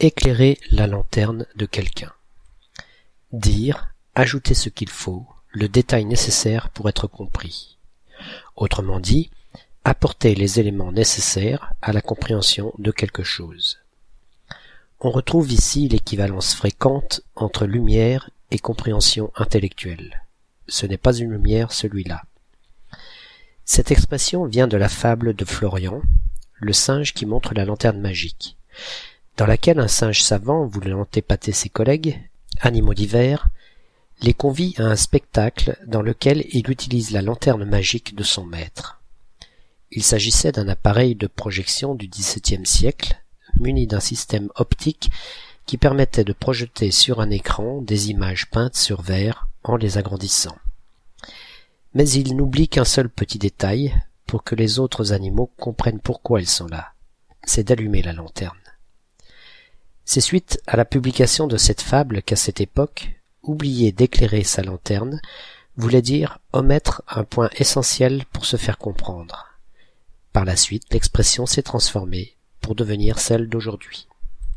Éclairer la lanterne de quelqu'un. Dire, ajouter ce qu'il faut, le détail nécessaire pour être compris. Autrement dit, apporter les éléments nécessaires à la compréhension de quelque chose. On retrouve ici l'équivalence fréquente entre lumière et compréhension intellectuelle. Ce n'est pas une lumière, celui-là. Cette expression vient de la fable de Florian, le singe qui montre la lanterne magique, dans laquelle un singe savant, voulant épater ses collègues, animaux divers, les convie à un spectacle dans lequel il utilise la lanterne magique de son maître. Il s'agissait d'un appareil de projection du XVIIe siècle, muni d'un système optique qui permettait de projeter sur un écran des images peintes sur verre en les agrandissant. Mais il n'oublie qu'un seul petit détail pour que les autres animaux comprennent pourquoi ils sont là, c'est d'allumer la lanterne. C'est suite à la publication de cette fable qu'à cette époque, oublier d'éclairer sa lanterne voulait dire omettre un point essentiel pour se faire comprendre. Par la suite, l'expression s'est transformée pour devenir celle d'aujourd'hui.